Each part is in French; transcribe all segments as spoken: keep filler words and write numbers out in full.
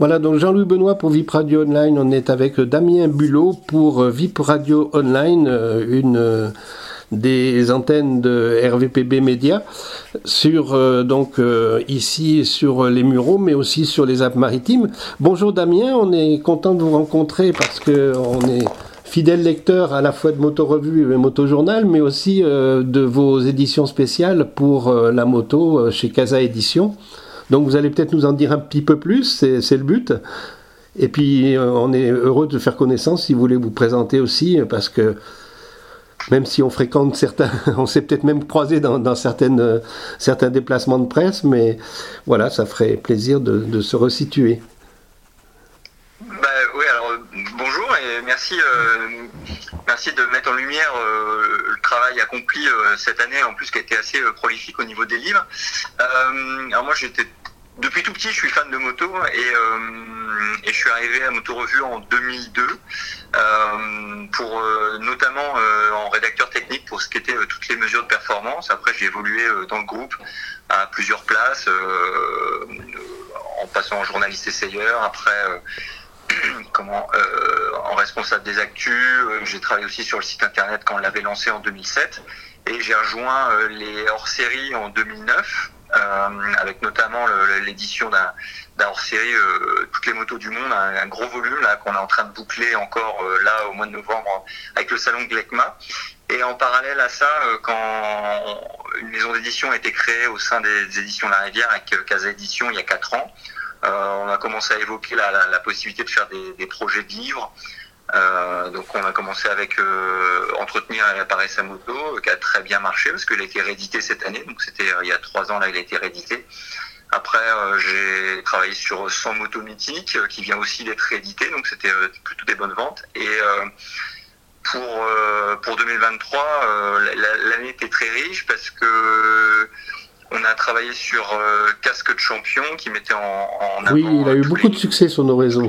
Voilà, donc Jean-Louis Benoît pour V I P Radio Online. On est avec Damien Bulot pour V I P Radio Online, une des antennes de R V P B Média, sur, euh, donc euh, ici sur les Mureaux, mais aussi sur les Alpes-Maritimes. Bonjour Damien, on est content de vous rencontrer parce qu'on est fidèle lecteur à la fois de Moto Revue et Moto Journal, mais aussi euh, de vos éditions spéciales pour euh, la moto euh, chez Casa Éditions. Donc vous allez peut-être nous en dire un petit peu plus, c'est, c'est le but. Et puis euh, on est heureux de faire connaissance si vous voulez vous présenter aussi, parce que même si on fréquente certains, on s'est peut-être même croisé dans, dans certaines, euh, certains déplacements de presse, mais voilà, ça ferait plaisir de, de se resituer. Bah, oui, alors bonjour et merci, euh, merci de mettre en lumière euh, le travail accompli euh, cette année, en plus qui a été assez euh, prolifique au niveau des livres. Euh, alors moi j'étais depuis tout petit, je suis fan de moto et, euh, et je suis arrivé à Moto Revue en deux mille deux euh, pour euh, notamment euh, en rédacteur technique pour ce qui était euh, toutes les mesures de performance. Après j'ai évolué euh, dans le groupe à plusieurs places, euh, en passant en journaliste essayeur, après euh, comment euh, en responsable des actus. Euh, j'ai travaillé aussi sur le site internet quand on l'avait lancé en deux mille sept et j'ai rejoint euh, les hors-séries en deux mille neuf. Euh, avec notamment le, l'édition d'un, d'un hors-série euh, toutes les motos du monde, un, un gros volume là qu'on est en train de boucler encore euh, là au mois de novembre avec le salon de l'E C M A. Et en parallèle à ça, euh, quand on, une maison d'édition a été créée au sein des, des éditions La Rivière avec euh, Casa Édition il y a quatre ans, euh, on a commencé à évoquer la, la, la possibilité de faire des, des projets de livres. Euh, donc on a commencé avec euh, entretenir et réparer sa moto, euh, qui a très bien marché parce qu'il a été réédité cette année, donc c'était euh, il y a trois ans là il a été réédité. Après euh, j'ai travaillé sur cent motos mythiques euh, qui vient aussi d'être réédité, donc c'était euh, plutôt des bonnes ventes. Et euh, pour euh, pour deux mille vingt-trois euh, l'année était très riche parce que on a travaillé sur euh, Casque de Champion qui mettait en, en avant. Oui, il a eu beaucoup les... de succès sur nos réseaux.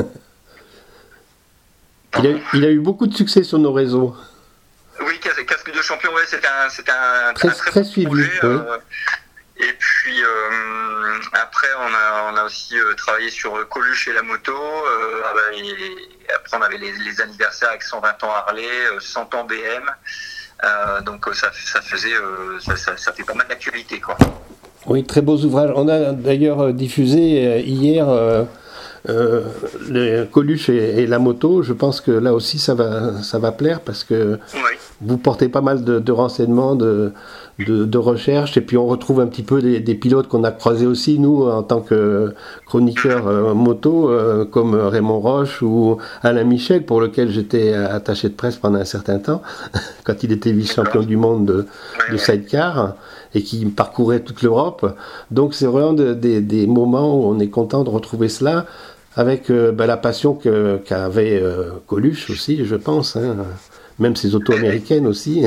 Il a, il a eu beaucoup de succès sur nos réseaux. Oui, Casque de Champion, ouais, c'était un, c'était un très, un très, très bon suivi. projet. Oui. Euh, et puis euh, après, on a, on a aussi euh, travaillé sur Coluche et la moto. Euh, ah bah, et, et après, on avait les, les anniversaires avec cent vingt ans Harley, cent ans B M. Euh, donc ça, ça faisait, euh, ça, ça, ça fait pas mal d'actualité, quoi. Oui, très beaux ouvrages. On a d'ailleurs diffusé euh, hier. Euh, Euh, le Coluche et, et la moto, je pense que là aussi ça va, ça va plaire parce que oui. Vous portez pas mal de, de renseignements, de, de, de recherches, et puis on retrouve un petit peu des, des pilotes qu'on a croisés aussi, nous, en tant que chroniqueurs euh, moto, euh, comme Raymond Roche ou Alain Michel, pour lequel j'étais attaché de presse pendant un certain temps, quand il était vice-champion du monde de, de sidecar, et qui parcourait toute l'Europe. Donc c'est vraiment de, de, des moments où on est content de retrouver cela, avec euh, ben, la passion que, qu'avait euh, Coluche aussi, je pense, hein. Même ses autos américaines aussi.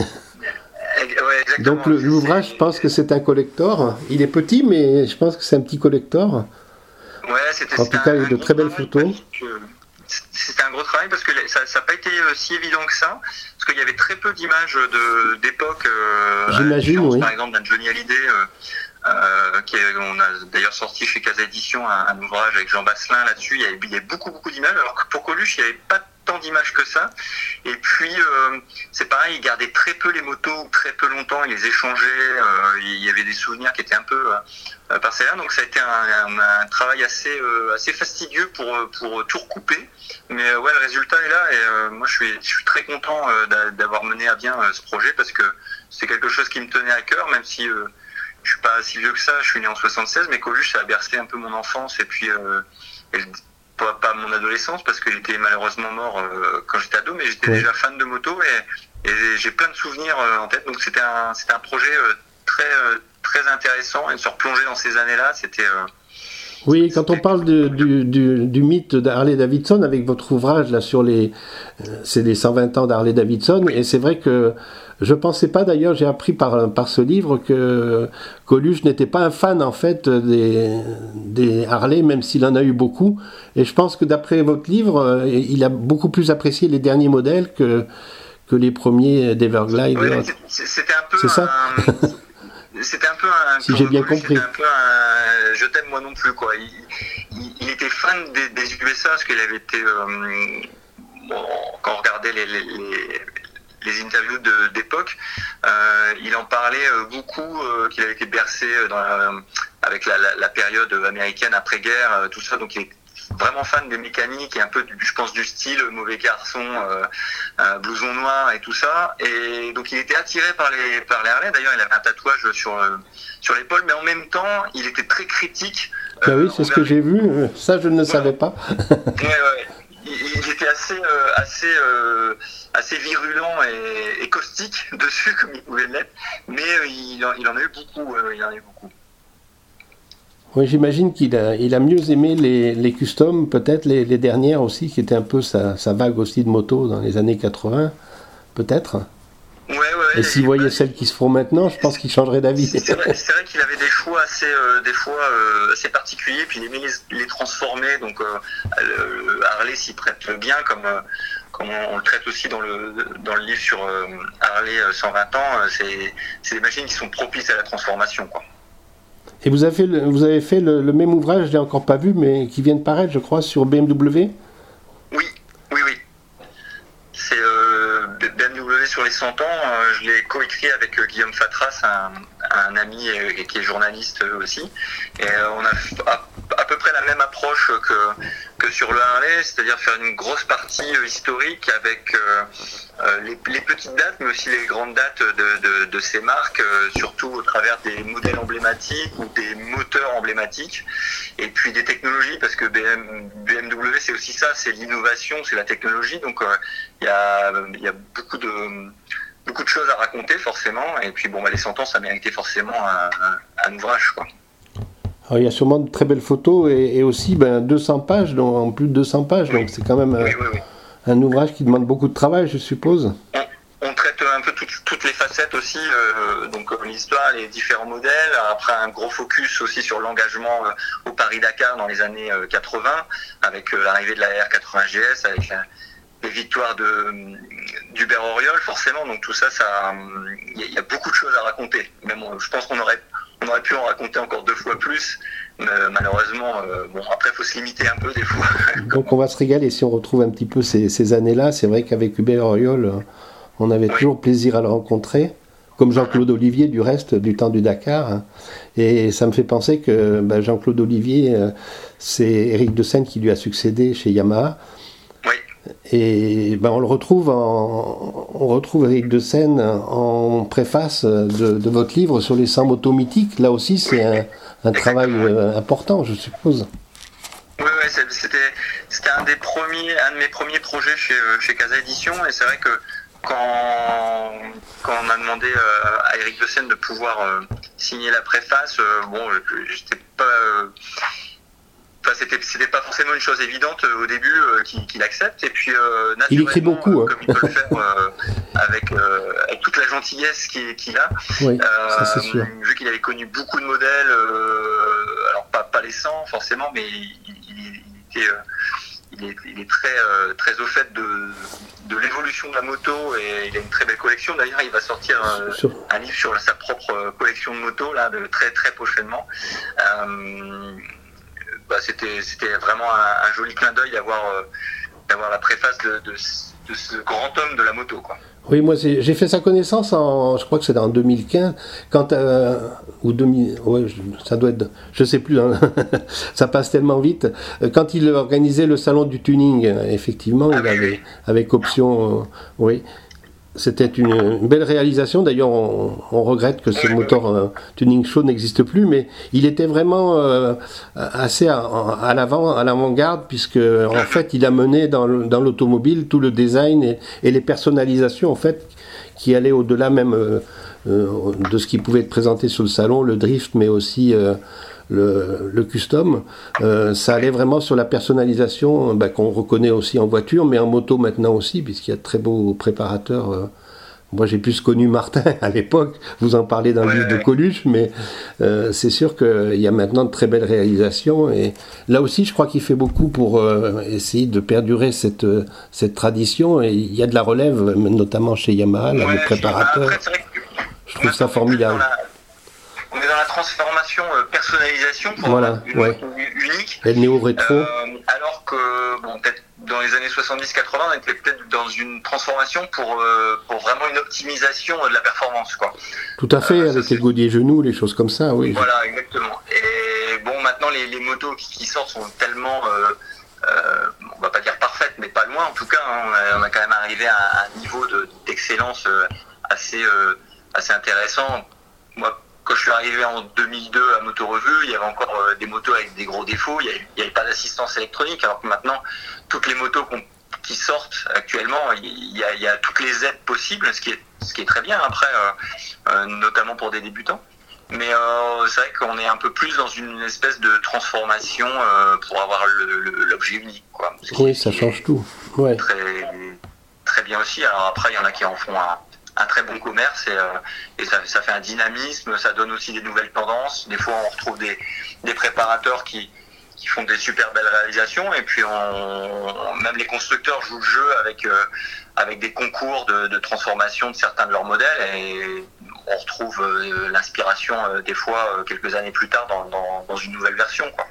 Ouais, donc le, l'ouvrage, je pense que c'est un collector. Il est petit, mais je pense que c'est un petit collector. Ouais, c'était, en tout cas, avec de très belles photos. C'était un gros travail parce que ça n'a pas été si évident que ça, parce qu'il y avait très peu d'images de, d'époque. Euh, J'imagine, oui. Par exemple, d'un Johnny Hallyday, euh, euh, qui est, on a d'ailleurs sorti chez Casa Édition un, un ouvrage avec Jean Basselin là-dessus. Il y avait, il y avait beaucoup, beaucoup d'images, alors que pour Coluche, il n'y avait pas tant d'images que ça. Et puis euh, c'est pareil, il gardait très peu les motos, très peu longtemps, il les échangeait, euh, il y avait des souvenirs qui étaient un peu euh, par-ci là, donc ça a été un, un, un travail assez euh, assez fastidieux pour pour tout recouper, mais euh, ouais, le résultat est là, et euh, moi je suis je suis très content euh, d'avoir mené à bien euh, ce projet, parce que c'est quelque chose qui me tenait à cœur, même si euh, je suis pas si vieux que ça, je suis né en soixante-seize, mais Coluche, ça a bercé un peu mon enfance, et puis euh, et le, Pas, pas mon adolescence, parce qu'il était malheureusement mort euh, quand j'étais ado, mais j'étais ouais. déjà fan de moto, et, et j'ai plein de souvenirs euh, en tête, donc c'était un, c'était un projet euh, très, euh, très intéressant, et de se replonger dans ces années-là, c'était... Euh, oui, quand on parle de, du, du, du mythe d'Harley Davidson, avec votre ouvrage là sur les... Euh, c'est les cent vingt ans d'Harley Davidson, et c'est vrai que je pensais pas, d'ailleurs, j'ai appris par, par ce livre que Coluche n'était pas un fan en fait des, des Harley, même s'il en a eu beaucoup. Et je pense que d'après votre livre, il a beaucoup plus apprécié les derniers modèles que, que les premiers d'Everglide. Oui, c'était un peu c'est ça un... c'était un peu un. Si j'ai bien compris. C'était un peu un. Je t'aime moi non plus quoi. Il, il, il était fan des, des U S A parce qu'il avait été. Euh, bon, quand on regardait les, les, les, les interviews de, d'époque, euh, il en parlait beaucoup, euh, qu'il avait été bercé dans la, avec la, la, la période américaine après-guerre, tout ça. Donc il est vraiment fan des mécaniques et un peu, du, je pense, du style mauvais garçon, euh, euh, blouson noir et tout ça. Et donc il était attiré par les par les Harley. D'ailleurs, il avait un tatouage sur euh, sur l'épaule, mais en même temps, il était très critique. Euh, bah oui, c'est ce que j'ai vu. Ça, je ne le savais pas. ouais, ouais. Il, il était assez euh, assez euh, assez virulent et, et caustique dessus, comme il pouvait l'être. Mais euh, il, en, il en a eu beaucoup. Euh, il en a eu beaucoup. Oui, j'imagine qu'il a, il a mieux aimé les, les customs, peut-être les, les dernières aussi, qui étaient un peu sa, sa vague aussi de moto dans les années quatre-vingts, peut-être. Ouais, ouais. Et s'il voyait celles qui se font maintenant, je pense qu'il changerait d'avis. C'est vrai, c'est vrai qu'il avait des choix assez, euh, des fois euh, assez particuliers, puis il aimait les, les transformer. Donc euh, le Harley s'y prête bien, comme euh, comme on, on le traite aussi dans le dans le livre sur euh, Harley cent vingt ans. Euh, c'est c'est des machines qui sont propices à la transformation, quoi. Et vous avez fait le, vous avez fait le, le même ouvrage, je l'ai encore pas vu, mais qui vient de paraître, je crois, sur B M W. Oui, oui, oui. C'est euh, B M W sur les cent ans. Euh, je l'ai coécrit avec euh, Guillaume Fatras, un, un ami euh, qui est journaliste euh, aussi. Et euh, on a à, à peu près la même approche que que sur le Harley, c'est-à-dire faire une grosse partie euh, historique avec euh, euh, les, les petites dates, mais aussi les grandes dates de, de, de ces marques, euh, surtout au travers des modèles emblématiques ou des moteurs emblématiques, et puis des technologies, parce que B M, B M W c'est aussi ça, c'est l'innovation, c'est la technologie, donc il euh, y, a, y a beaucoup de beaucoup de choses à raconter forcément, et puis bon, bah, les cent ans ça méritait forcément un, un, un ouvrage, quoi. Alors, il y a sûrement de très belles photos et, et aussi ben, deux cents pages, donc, en plus de deux cents pages, oui. Donc c'est quand même oui, oui, oui. Un, un ouvrage qui demande beaucoup de travail, je suppose. On, on traite un peu tout, toutes les facettes aussi, euh, donc l'histoire, les différents modèles, après un gros focus aussi sur l'engagement euh, au Paris-Dakar dans les années euh, quatre-vingts, avec euh, l'arrivée de la R quatre-vingts G S, avec la, les victoires de, d'Hubert Auriol, forcément, donc tout ça, ça, il y, y a beaucoup de choses à raconter. Même, je pense qu'on aurait On aurait pu en raconter encore deux fois plus, mais malheureusement, euh, bon, après, il faut se limiter un peu des fois. Donc on va se régaler si on retrouve un petit peu ces, ces années-là. C'est vrai qu'avec Hubert Auriol, on avait oui. toujours plaisir à le rencontrer, comme Jean-Claude Olivier, du reste, du temps du Dakar. Et ça me fait penser que ben, Jean-Claude Olivier, c'est Éric de Seine qui lui a succédé chez Yamaha. Et ben on le retrouve, en, on retrouve Éric de Seine en préface de, de votre livre sur les cent motos mythiques. Là aussi, c'est un, un travail euh, important, je suppose. Oui, oui, c'était, c'était un des premiers, un de mes premiers projets chez, chez Casa Édition, et c'est vrai que quand, quand on a demandé à Éric de Seine de pouvoir euh, signer la préface, euh, bon, j'étais pas. Euh, Enfin, c'était, c'était pas forcément une chose évidente euh, au début euh, qu'il, qu'il accepte, et puis euh, naturellement, il écrit beaucoup, euh, hein. comme il peut le faire euh, avec, euh, avec toute la gentillesse qu'il, qu'il a. Oui, euh, ça c'est sûr. Vu qu'il avait connu beaucoup de modèles, euh, alors pas, pas les cent forcément, mais il, il, il était, euh, il est, il est très, euh, très au fait de, de l'évolution de la moto, et il a une très belle collection. D'ailleurs, il va sortir euh, un livre sur sa propre collection de motos là, de très très prochainement. Euh, Bah, c'était, c'était vraiment un, un joli clin d'œil d'avoir, euh, d'avoir la préface de, de, de ce grand homme de la moto, quoi. Oui, moi c'est, j'ai fait sa connaissance en, je crois que c'était en deux mille quinze, quand euh, ou deux mille, ouais, ça doit être, je sais plus, hein, ça passe tellement vite. Quand il organisait le salon du tuning, effectivement, ah, il oui, avait oui. avec option, euh, oui. C'était une, une belle réalisation. D'ailleurs, on, on regrette que ce moteur euh, Tuning Show n'existe plus, mais il était vraiment euh, assez à, à l'avant, à l'avant-garde, puisque en fait, il a mené dans, le, dans l'automobile tout le design et, et les personnalisations, en fait, qui allaient au-delà même euh, euh, de ce qui pouvait être présenté sur le salon, le drift, mais aussi euh, le, le custom. Euh, ça allait vraiment sur la personnalisation, bah, qu'on reconnaît aussi en voiture, mais en moto maintenant aussi, puisqu'il y a de très beaux préparateurs. Euh. Moi, j'ai plus connu Martin à l'époque, vous en parlez dans le ouais, livre ouais. de Coluche, mais euh, c'est sûr qu'il y a maintenant de très belles réalisations. Et là aussi, je crois qu'il fait beaucoup pour euh, essayer de perdurer cette, cette tradition. Et il y a de la relève, notamment chez Yamaha, là, ouais, les préparateurs. Après, je trouve ça formidable. la transformation euh, personnalisation pour voilà, avoir une ouais. moto unique. Et le néo-rétro. Euh, alors que, bon, peut-être dans les années soixante-dix quatre-vingts, on était peut-être dans une transformation pour, euh, pour vraiment une optimisation de la performance, quoi. Tout à fait, Euh, avec ça, les godilles genoux, les choses comme ça, oui. Voilà, exactement. Et bon, maintenant, les, les motos qui, qui sortent sont tellement, euh, euh, on va pas dire parfaites, mais pas loin en tout cas. Hein. On, a, on a quand même arrivé à un niveau de, d'excellence euh, assez, euh, assez intéressant. Moi, quand je suis arrivé en deux mille deux à Moto Revue, il y avait encore euh, des motos avec des gros défauts. Il n'y avait pas d'assistance électronique, alors que maintenant, toutes les motos qu'on, qui sortent actuellement, il y, a, il y a toutes les aides possibles, ce qui est, ce qui est très bien après, euh, euh, notamment pour des débutants. Mais euh, c'est vrai qu'on est un peu plus dans une espèce de transformation euh, pour avoir le, le, l'objet unique, quoi. Oui, ça change tout. Ouais. Très, très bien aussi. Alors après, il y en a qui en font un, un très bon commerce et, euh, et ça, ça fait un dynamisme, ça donne aussi des nouvelles tendances. Des fois, on retrouve des, des préparateurs qui, qui font des super belles réalisations et puis on, même les constructeurs jouent le jeu avec, euh, avec des concours de, de transformation de certains de leurs modèles et on retrouve euh, l'inspiration euh, des fois euh, quelques années plus tard dans, dans, dans une nouvelle version, quoi.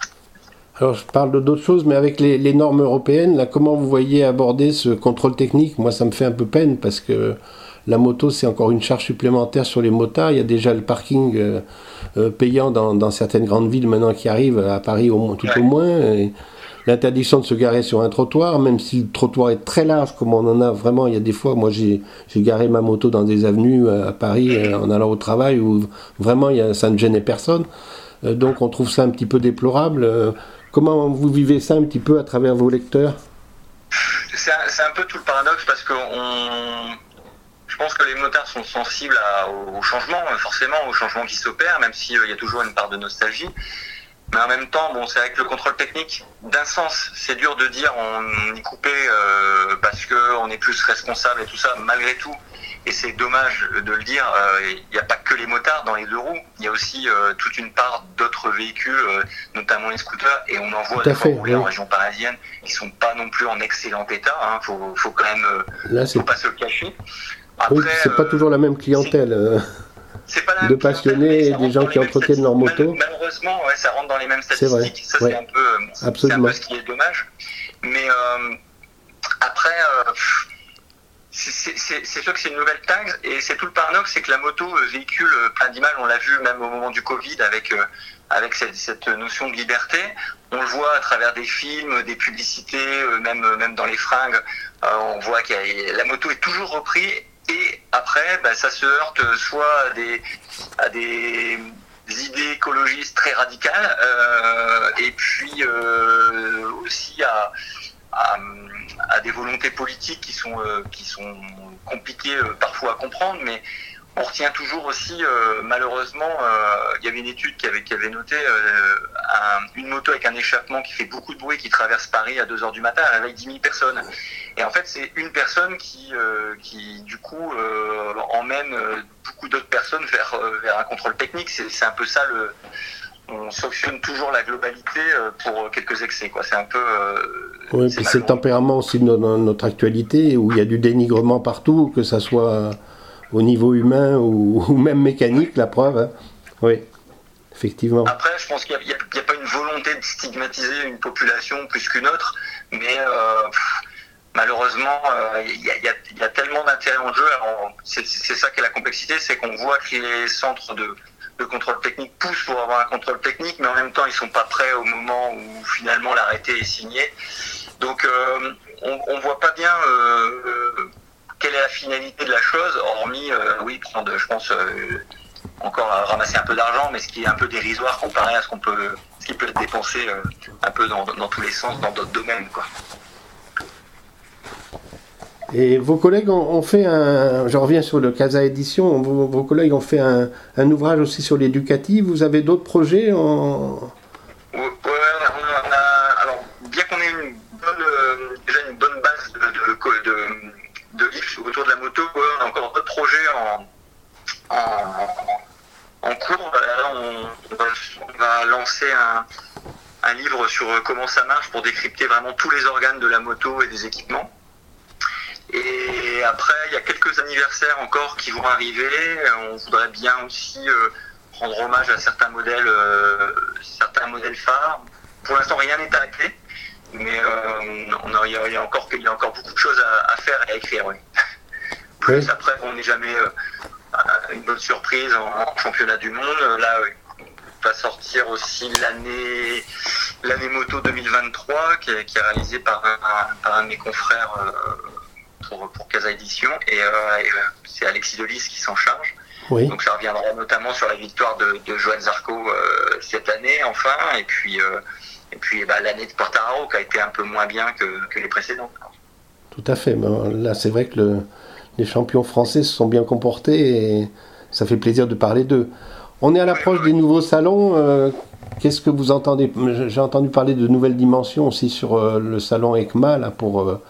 Alors je parle de d'autres choses, mais avec les, les normes européennes, là, comment vous voyez aborder ce contrôle technique ? Moi, ça me fait un peu peine parce que la moto, c'est encore une charge supplémentaire sur les motards. Il y a déjà le parking euh, euh, payant dans, dans certaines grandes villes maintenant qui arrive, à Paris au, tout ouais. au moins. Et l'interdiction de se garer sur un trottoir, même si le trottoir est très large, comme on en a vraiment, il y a des fois, moi j'ai, j'ai garé ma moto dans des avenues à Paris euh, en allant au travail où vraiment il y a, ça ne gênait personne. Euh, donc on trouve ça un petit peu déplorable. Euh, Comment vous vivez ça un petit peu à travers vos lecteurs ? c'est un, c'est un peu tout le paradoxe parce que on, je pense que les motards sont sensibles à, au, au changement, forcément au changement qui s'opère, même s'il euh, y a toujours une part de nostalgie. Mais en même temps, bon, c'est avec le contrôle technique, d'un sens, c'est dur de dire on y coupait euh, parce qu'on est plus responsable et tout ça, malgré tout. Et c'est dommage de le dire, il euh, n'y a pas que les motards dans les deux roues, il y a aussi euh, toute une part d'autres véhicules, euh, notamment les scooters, et on en voit des fois rouler oui. en région parisienne qui sont pas non plus en excellent état, hein, faut, faut quand même, euh, Là, faut pas se le cacher. Après, oui, c'est euh, pas toujours la même clientèle. Euh, c'est pas la de passionnés et des gens qui entretiennent leur moto. Malheureusement, ouais, ça rentre dans les mêmes statistiques, ça ouais. c'est un peu, c'est un peu ce qui est dommage. Mais euh, après. Euh, C'est, c'est, c'est, c'est sûr que c'est une nouvelle taxe et c'est tout le paradoxe, c'est que la moto véhicule plein d'images, on l'a vu même au moment du Covid avec, euh, avec cette, cette notion de liberté, on le voit à travers des films, des publicités, euh, même, même dans les fringues, euh, on voit que la moto est toujours reprise et après bah, ça se heurte soit à des, à des idées écologistes très radicales euh, et puis euh, aussi à, à à des volontés politiques qui sont euh, qui sont compliquées euh, parfois à comprendre, mais on retient toujours aussi euh, malheureusement euh, il y avait une étude qui avait qui avait noté euh, un, une moto avec un échappement qui fait beaucoup de bruit qui traverse Paris à deux heures du matin, elle réveille dix mille personnes. Et en fait c'est une personne qui euh, qui du coup euh, emmène euh, beaucoup d'autres personnes vers euh, vers un contrôle technique. C'est c'est un peu ça le on sanctionne toujours la globalité pour quelques excès, quoi. C'est un peu. Euh, oui, c'est, c'est le tempérament aussi de notre, notre actualité, où il y a du dénigrement partout, que ça soit au niveau humain ou, ou même mécanique, la preuve. Hein. Oui, effectivement. Après, je pense qu'il n'y a, a, a pas une volonté de stigmatiser une population plus qu'une autre, mais euh, pff, malheureusement, euh, il y, a, y, a, y a tellement d'intérêt en jeu. Alors, c'est, c'est ça qui est la complexité, c'est qu'on voit que les centres de le contrôle technique pousse pour avoir un contrôle technique, mais en même temps ils sont pas prêts au moment où finalement l'arrêté est signé. Donc euh, on, on voit pas bien euh, euh, quelle est la finalité de la chose, hormis euh, oui prendre, je pense, euh, encore ramasser un peu d'argent, mais ce qui est un peu dérisoire comparé à ce qu'on peut, ce qui peut être dépensé euh, un peu dans, dans tous les sens dans d'autres domaines, quoi. Et vos collègues ont, ont fait un, je reviens sur le Casa Édition, vos, vos collègues ont fait un, un ouvrage aussi sur l'éducatif. Vous avez d'autres projets en... Ouais, on a, alors bien qu'on ait une bonne, euh, déjà une bonne base de, de, de, de livres autour de la moto, ouais, on a encore d'autres projets en, en, en cours. Là, on, on va lancer un, un livre sur comment ça marche pour décrypter vraiment tous les organes de la moto et des équipements. Et après, il y a quelques anniversaires encore qui vont arriver. On voudrait bien aussi euh, rendre hommage à certains modèles, euh, certains modèles phares. Pour l'instant, rien n'est acté, mais euh, on a, il, y a, il, y a encore, il y a encore beaucoup de choses à, à faire et à écrire. Oui. Plus oui. Après, on n'est jamais euh, une bonne surprise en, en championnat du monde. Là, oui, on va sortir aussi l'année, l'année moto deux mille vingt-trois, qui est, qui est réalisée par un, par un de mes confrères euh, pour, pour Casa Édition, et, euh, et c'est Alexis Delis qui s'en charge. Oui. Donc ça reviendra notamment sur la victoire de, de Johan Zarco euh, cette année, enfin, et puis, euh, et puis bah, l'année de Quartararo qui a été un peu moins bien que, que les précédentes. Tout à fait. Là, c'est vrai que le, les champions français se sont bien comportés et ça fait plaisir de parler d'eux. On est à l'approche oui, oui. des nouveaux salons. Euh, qu'est-ce que vous entendez ? J'ai entendu parler de nouvelles dimensions aussi sur euh, le salon EICMA, là, pour, euh,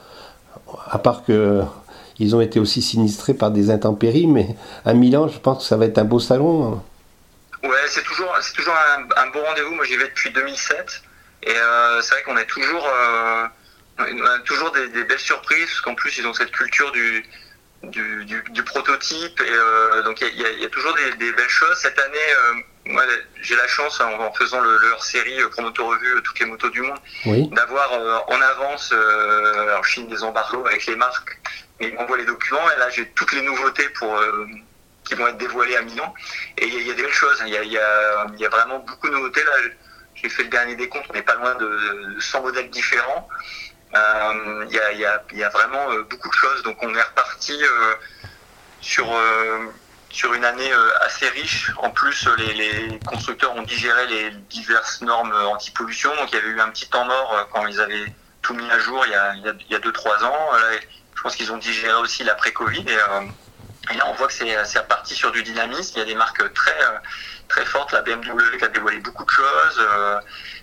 à part que... Ils ont été aussi sinistrés par des intempéries, mais à Milan, je pense que ça va être un beau salon. Ouais, c'est toujours, c'est toujours un, un beau rendez-vous. Moi, j'y vais depuis deux mille sept. Et euh, c'est vrai qu'on a toujours, euh, on a toujours des, des belles surprises, parce qu'en plus, ils ont cette culture du, du, du, du prototype. Et euh, donc, il y, y, y a toujours des, des belles choses. Cette année, euh, moi, j'ai la chance, en, en faisant le, le hors-série Promoto Revue, toutes les motos du monde, oui. d'avoir euh, en avance, euh, alors je signe des embargos avec les marques, mais ils m'envoient les documents, et là j'ai toutes les nouveautés pour, euh, qui vont être dévoilées à Milan. Et il y, y a des belles choses, il y a, y, a, y a vraiment beaucoup de nouveautés. Là, j'ai fait le dernier décompte, on n'est pas loin de, de cent modèles différents. Il euh, y, a, y, a, y a vraiment euh, beaucoup de choses, donc on est reparti euh, sur, euh, sur une année euh, assez riche. En plus, les, les constructeurs ont digéré les diverses normes anti-pollution, donc il y avait eu un petit temps mort euh, quand ils avaient tout mis à jour il y a, il y a deux trois ans. Là, je pense qu'ils ont digéré aussi l'après-Covid, et, euh, et là on voit que c'est, c'est reparti sur du dynamisme. Il y a des marques très, très fortes, la B M W qui a dévoilé beaucoup de choses, euh,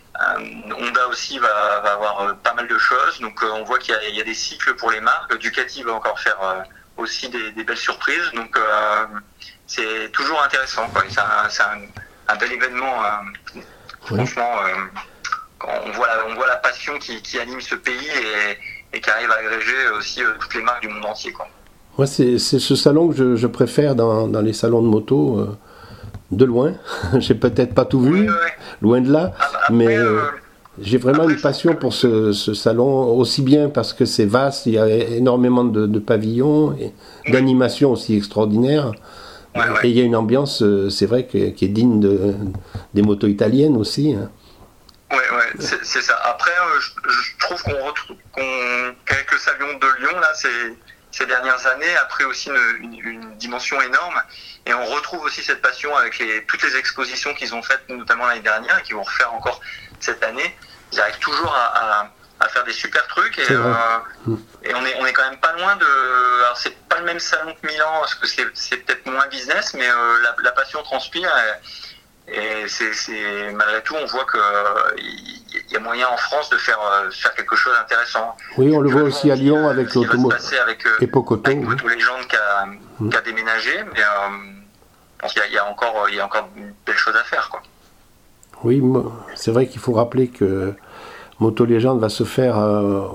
Honda aussi va, va avoir pas mal de choses, donc euh, on voit qu'il y a, il y a des cycles pour les marques. Ducati va encore faire euh, aussi des, des belles surprises, donc euh, c'est toujours intéressant, quoi. C'est, un, c'est un, un bel événement, euh, franchement, euh, on, voit la, on voit la passion qui, qui anime ce pays, et et qui arrive à agréger aussi euh, toutes les marques du monde entier, quoi. Moi, c'est, c'est ce salon que je, je préfère dans, dans les salons de moto, euh, de loin. J'ai peut-être pas tout vu, oui, oui. loin de là, ah bah après, mais euh, j'ai vraiment après, une passion pour ce, ce salon, aussi bien parce que c'est vaste, il y a énormément de, de pavillons, et oui. d'animations aussi extraordinaires, ouais, et ouais. il y a une ambiance, c'est vrai, qui, qui est digne de, des motos italiennes aussi, hein. Ouais, ouais, c'est, c'est ça. Après, euh, je, je trouve qu'on retrouve, qu'on, qu'avec le salon de Lyon, là, ces, ces dernières années, a pris aussi une, une, une dimension énorme, et on retrouve aussi cette passion avec les, toutes les expositions qu'ils ont faites, notamment l'année dernière, et qu'ils vont refaire encore cette année. Ils arrivent toujours à, à, à faire des super trucs, et, euh, et on est, on est quand même pas loin de. Alors, c'est pas le même salon que Milan, parce que c'est, c'est peut-être moins business, mais euh, la, la passion transpire. Et, Et c'est, c'est, malgré tout, on voit qu'il euh, y a moyen en France de faire, euh, faire quelque chose d'intéressant. Oui, on le voit aussi à Lyon euh, avec l'automobile. Avec, euh, Epocoton, avec Moto Légende qui a, mmh. qui a déménagé, mais euh, je pense qu'il y a, il y, a encore, il y a encore une belle chose à faire, quoi. Oui, c'est vrai qu'il faut rappeler que Moto Légende va se faire euh,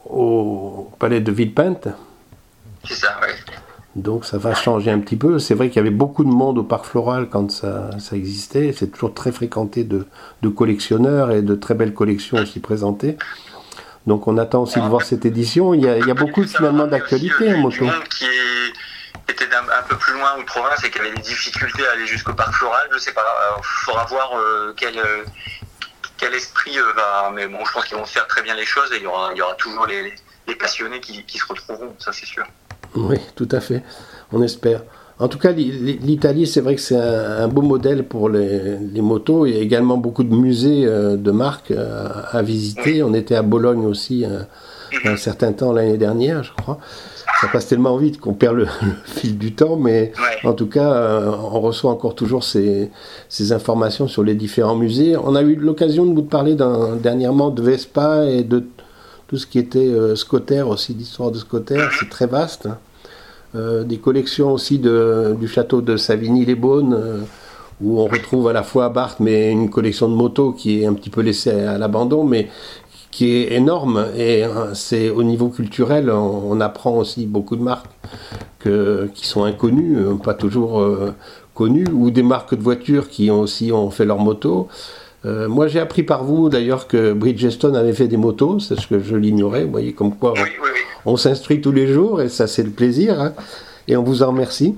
au palais de Villepinte. C'est ça, oui. Donc ça va changer un petit peu. C'est vrai qu'il y avait beaucoup de monde au Parc Floral quand ça, ça existait. C'est toujours très fréquenté de, de collectionneurs, et de très belles collections aussi présentées. Donc on attend aussi de voir cette édition. Il y a, il y a beaucoup finalement d'actualités en moto. Qui est, était un, un peu plus loin ou de province, et qui avait des difficultés à aller jusqu'au Parc Floral. Je sais pas, il faudra voir euh, quel, euh, quel esprit euh, va... Mais bon, je pense qu'ils vont faire très bien les choses, et il y aura, il y aura toujours les, les, les passionnés qui, qui se retrouveront, ça c'est sûr. Oui, tout à fait, on espère. En tout cas, l'Italie, c'est vrai que c'est un, un beau modèle pour les, les motos. Il y a également beaucoup de musées euh, de marques euh, à visiter. On était à Bologne aussi euh, un certain temps l'année dernière, je crois. Ça passe tellement vite qu'on perd le, le fil du temps, mais ouais. en tout cas, euh, on reçoit encore toujours ces, ces informations sur les différents musées. On a eu l'occasion de vous parler d'un, dernièrement de Vespa et de tout ce qui était euh, Scotter aussi, l'histoire de Scotter, c'est très vaste. Hein. Euh, des collections aussi de, du château de Savigny-les-Beaunes, euh, où on retrouve à la fois à Barthes, mais une collection de motos qui est un petit peu laissée à, à l'abandon, mais qui est énorme. Et euh, c'est au niveau culturel, on, on apprend aussi beaucoup de marques que, qui sont inconnues, euh, pas toujours euh, connues, ou des marques de voitures qui ont aussi ont fait leurs motos. Euh, moi, j'ai appris par vous, d'ailleurs, que Bridgestone avait fait des motos, c'est ce que je l'ignorais. Vous voyez, comme quoi, Oui, oui, oui. on, on s'instruit tous les jours, et ça, c'est le plaisir, hein, et on vous en remercie.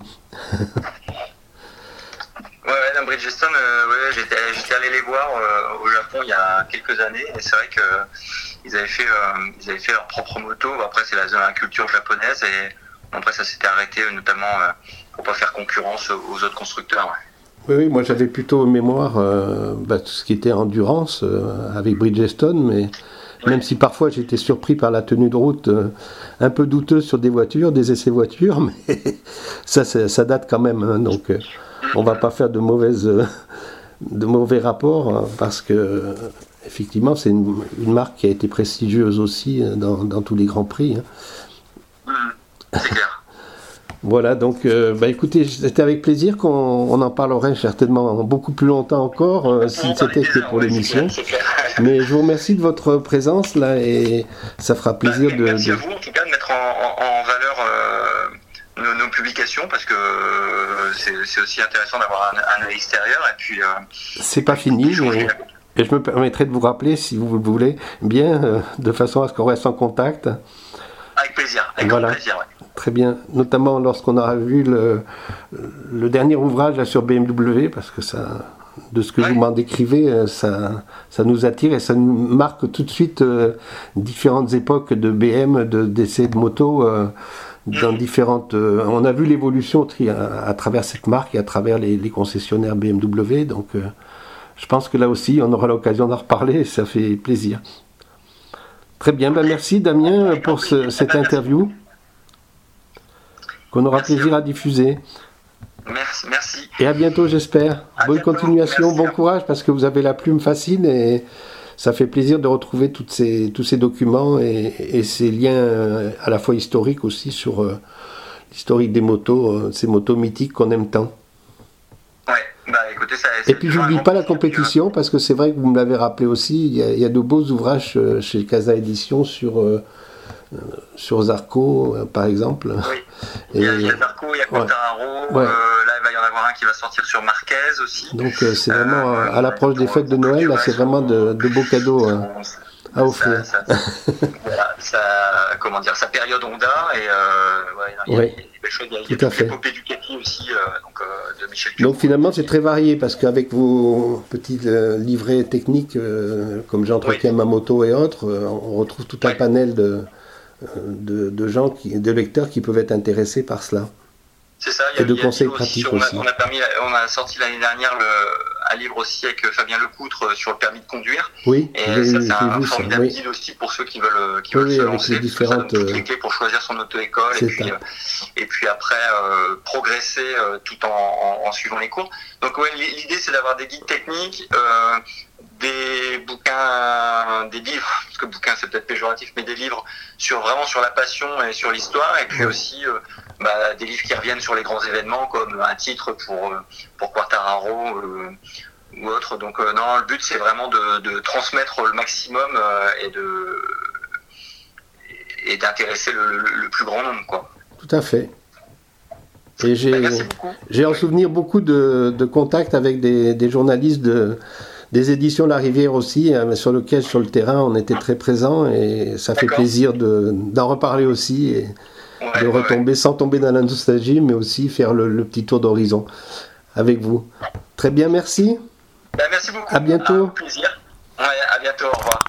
Ouais, ouais, dans Bridgestone, euh, ouais, j'étais, j'étais allé les voir euh, au Japon il y a quelques années, et c'est vrai que euh, ils avaient fait, euh, ils avaient fait leur propre moto. Après, c'est la, la culture japonaise, et après, ça s'était arrêté, notamment euh, pour pas faire concurrence aux autres constructeurs. Ouais. Oui, oui, moi j'avais plutôt en mémoire euh, bah, tout ce qui était endurance euh, avec Bridgestone, mais oui. Même si parfois j'étais surpris par la tenue de route euh, un peu douteuse sur des voitures, des essais voitures, mais ça, ça, ça date quand même, hein, donc euh, on va pas faire de mauvaises, euh, de mauvais rapports, hein, parce que euh, effectivement c'est une, une marque qui a été prestigieuse aussi dans, dans tous les grands prix. Hein. Mmh, c'est clair. Voilà, donc euh, bah écoutez, c'était avec plaisir qu'on on en parlerait certainement beaucoup plus longtemps encore, euh, si c'était que pour l'émission. Mais je vous remercie de votre présence là, et ça fera plaisir bah, de... Merci de... à vous en tout cas de mettre en, en, en valeur euh, nos, nos publications, parce que euh, c'est, c'est aussi intéressant d'avoir un, un œil extérieur. Et puis, euh, c'est pas fini, mais... Et je me permettrai de vous rappeler, si vous le voulez, bien, euh, de façon à ce qu'on reste en contact. Avec plaisir, avec voilà. grand plaisir, ouais. Très bien, notamment lorsqu'on aura vu le, le dernier ouvrage là, sur B M W, parce que ça, de ce que ouais. vous m'en décrivez, ça, ça nous attire et ça nous marque tout de suite euh, différentes époques de B M, de, d'essais de moto, euh, dans mmh. différentes... Euh, on a vu l'évolution à, à travers cette marque et à travers les, les concessionnaires B M W, donc euh, je pense que là aussi, on aura l'occasion d'en reparler et ça fait plaisir. Très bien, ben merci Damien pour ce, cette interview. Qu'on aura merci plaisir à diffuser. Merci, merci. Et à bientôt, j'espère. À Bonne bientôt. Continuation, merci. Bon courage, parce que vous avez la plume facile et ça fait plaisir de retrouver toutes ces, tous ces documents et, et ces liens à la fois historiques aussi sur euh, l'historique des motos, euh, ces motos mythiques qu'on aime tant. Ouais, bah écoutez, ça... Et puis j'oublie pas la compétition, parce que c'est vrai que vous me l'avez rappelé aussi, il y a, il y a de beaux ouvrages chez Casa Édition sur... Euh, sur Zarco, euh, par exemple. Oui, et il y a, il y a Zarco, il y a Quartararo, ouais. euh, là il va y en avoir un qui va sortir sur Marquez aussi. Donc euh, c'est vraiment, euh, à l'approche des fêtes de Noël, là c'est vraiment de, de beaux cadeaux euh, à offrir. Ça, ça, voilà, ça, comment dire, sa période Honda, et euh, ouais, il y a, ouais. il y a des belles choses, il y a, il y a l'épopée Ducati aussi, euh, donc, euh, de Michel Piot. Donc finalement c'est très varié, parce qu'avec vos petits euh, livrets techniques, euh, comme j'entretiens oui. ma moto et autres, euh, on retrouve tout un oui. panel de... De, de gens, qui, de lecteurs qui peuvent être intéressés par cela. C'est ça, il y a, et de il y a conseils pratiques aussi. aussi. On a, on, a permis, on a sorti l'année dernière le, un livre aussi avec Fabien Lecoutre sur le permis de conduire. Oui, et ça c'est un, un formidable guide oui. aussi pour ceux qui veulent, qui oui, veulent oui, se avec lancer, les différentes... toutes les clés pour choisir son auto-école et puis, euh, et puis après euh, progresser euh, tout en, en, en suivant les cours. Donc ouais, l'idée c'est d'avoir des guides techniques, euh, des bouquins, des livres, parce que bouquin c'est peut-être péjoratif, mais des livres sur vraiment sur la passion et sur l'histoire, et puis oui. aussi euh, bah, des livres qui reviennent sur les grands événements, comme un titre pour pour Quartararo euh, ou autre. Donc euh, non, le but c'est vraiment de, de transmettre le maximum euh, et de et d'intéresser le, le, le plus grand nombre, quoi. Tout à fait. Et j'ai bah, j'ai en oui. souvenir beaucoup de, de contacts avec des, des journalistes de des éditions La Rivière aussi, hein, sur lequel, sur le terrain, on était très présents et ça fait plaisir de, d'en reparler aussi et ouais, de retomber, ouais. sans tomber dans la nostalgie, mais aussi faire le, le petit tour d'horizon avec vous. Très bien, merci. Ben, merci beaucoup. À bientôt. À plaisir. Ouais, à bientôt, au revoir.